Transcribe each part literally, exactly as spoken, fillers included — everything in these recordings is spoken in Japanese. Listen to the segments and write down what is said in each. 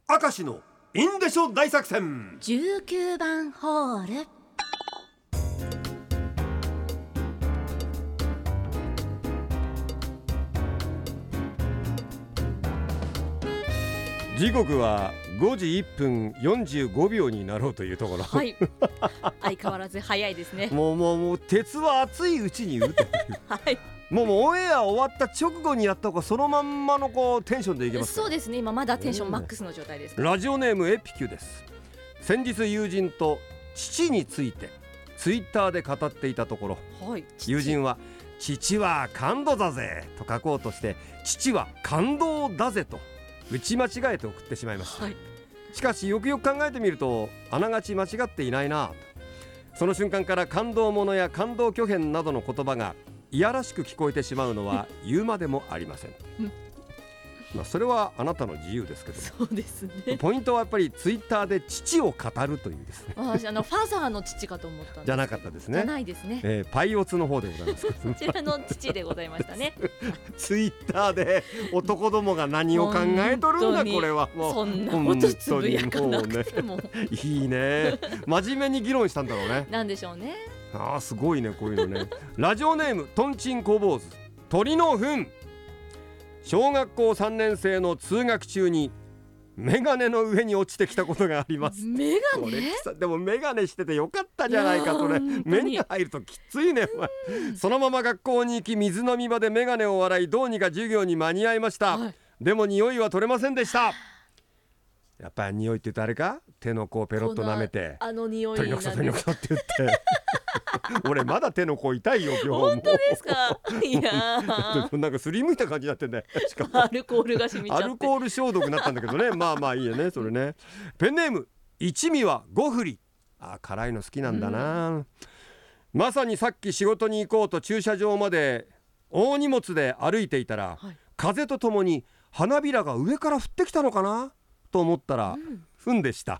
明石のインデショ大作戦じゅうきゅうばんホール。 時刻はごじいっぷんよんじゅうごびょうになろうというところ、 はい相変わらず早いですね。 もうもうもう鉄は熱いうちに打てはいもうもうオンエア終わった直後にやった方がそのまんまのこうテンションでいけますから。 そうですね、今まだテンションマックスの状態です。 ラジオネームエピキュです。先日友人と父についてツイッターで語っていたところ、 はい、 友人は父は感動だぜと書こうとして父は感動だぜと打ち間違えて送ってしまいました、はい、しかしよくよく考えてみるとあながち間違っていないな。その瞬間から感動ものや感動巨編などの言葉がいやらしく聞こえてしまうのは言うまでもありませんまあそれはあなたの自由ですけど、 そうですね、 ポイントはやっぱりツイッターで父を語るというですね私あのファザーの父かと思ったんです。 じゃなかったですね。 じゃないですね、 えー、パイオツの方でございますそちらの父でございましたねツイッターで男どもが何を考えとるんだこれは。もうそんなことつぶやかなくても、 ね、いいね真面目に議論したんだろうね。 なんでしょうね。 あーすごいねこういうのねラジオネームトンチンコ坊主鳥の糞。小学校さんねんせいの通学中にメガネの上に落ちてきたことがあります。 メガネでもメガネしててよかったじゃないか。それ目に入るときついねそのまま学校に行き水飲み場でメガネを洗いどうにか授業に間に合いました、はい、でも匂いは取れませんでした。やっぱり匂いって言うとあれか、手の甲をペロッと舐めてあの匂い取り除く取り除くって言って俺まだ手の甲痛いよ今日も。 本当ですか。いやなんかすりむいた感じになってんね。しかもアルコールが染みちゃってアルコール消毒になったんだけどねまあまあいいよねそれね。ペンネーム一味はごふり。あ、辛いの好きなんだな、うん、まさにさっき仕事に行こうと駐車場まで大荷物で歩いていたら、はい、風とともに花びらが上から降ってきたのかなと思ったら、うん、糞でした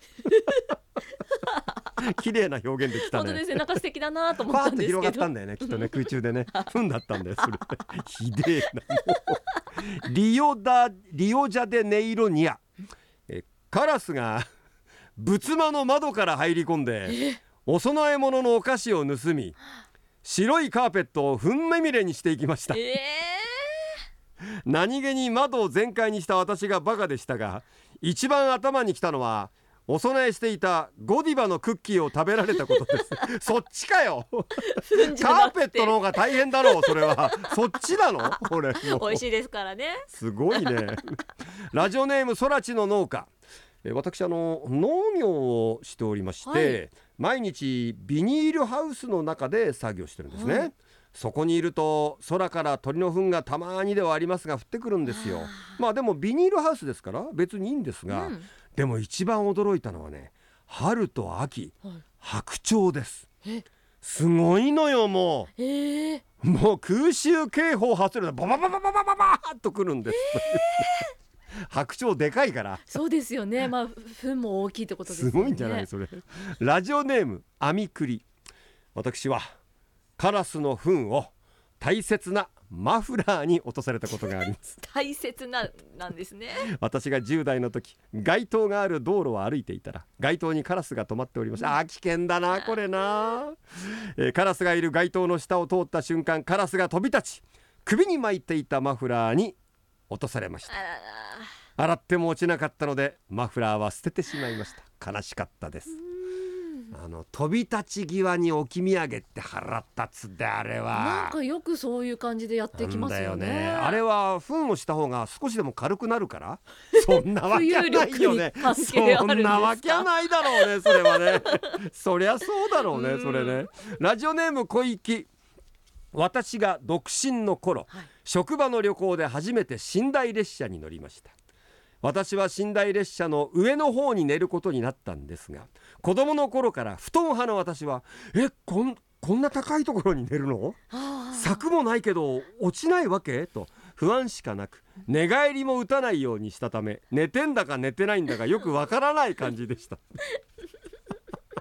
綺麗な表現できたね。 本当ですね、なんか素敵だなと思ったんですけどパーッと広がったんだよねきっとね空中でね糞だったんだよそれひでえなもうリオダリオジャデネイロニア。えカラスが仏間の窓から入り込んでお供え物のお菓子を盗み白いカーペットを糞まみれにしていきました、えー、何気に窓を全開にした私がバカでしたが一番頭に来たのはお供えしていたゴディバのクッキーを食べられたことですそっちかよカーペットの方が大変だろうそれはそっちなの俺美味しいですからね。 すごいねラジオネームそらちの農家。私あの農業をしておりまして、はい、毎日ビニールハウスの中で作業してるんですね、はい、そこにいると空から鳥の糞がたまにではありますが降ってくるんですよ。まあでもビニールハウスですから別にいいんですが、うん、でも一番驚いたのはね春と秋、はい、白鳥です。すごいのよもう、えー、もう空襲警報発するのババババババババーっと来るんです、えー白鳥でかいから。 そうですよね。まあ糞も大きいってことですよね。 すごいんじゃないそれ。ラジオネームアミクリ。私はカラスの糞を大切なマフラーに落とされたことがあります大切ななんですね。 私がじゅう代の時街灯がある道路を歩いていたら街灯にカラスが止まっておりました。あー危険だなこれな、えー、カラスがいる街灯の下を通った瞬間カラスが飛び立ち首に巻いていたマフラーに落とされました。洗っても落ちなかったのでマフラーは捨ててしまいました。悲しかったです。あの飛び立ち際に置き土産って腹立つであれはなんかよくそういう感じでやってきますよ ね, ねあれは糞をした方が少しでも軽くなるからそんなわけないよねそんなわけないだろうねそれはねそりゃそうだろうねそれね。ラジオネーム小池。私が独身の頃、はい、職場の旅行で初めて寝台列車に乗りました。私は寝台列車の上の方に寝ることになったんですが子供の頃から布団派の私はえこん、こんな高いところに寝るの柵もないけど落ちないわけと不安しかなく寝返りも打たないようにしたため寝てんだか寝てないんだかよくわからない感じでした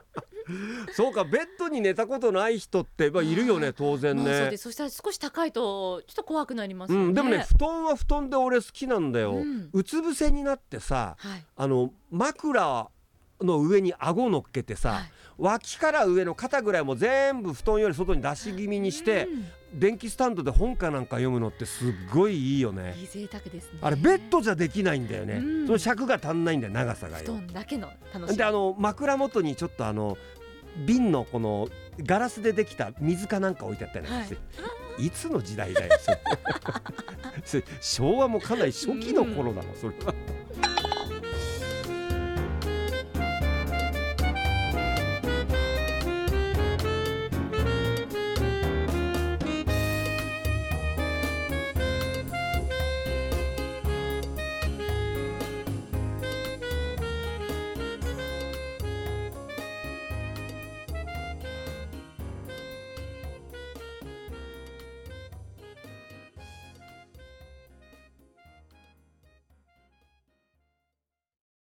そうか、ベッドに寝たことない人ってまあいるよね、当然ね、 まあそうです。そしたら少し高いとちょっと怖くなりますよね、 うん、でもね、布団は布団で俺好きなんだよ、 うん、 うつ伏せになってさ、 はい、 あの枕の上に顎乗っけてさ、 はい、 脇から上の肩ぐらいも全部布団より外に出し気味にして、 うん、 電気スタンドで本かなんか読むのってすっごいいいよね。 いい贅沢ですね。 あれベッドじゃできないんだよね、 うん、 その尺が足んないんだよ、長さがよ。 布団だけの楽しみであの枕元にちょっとあの瓶のこのガラスでできた水かなんか置いてあったりなんかして、はい、いつの時代だよそれそれ昭和もかなり初期の頃だなそれは。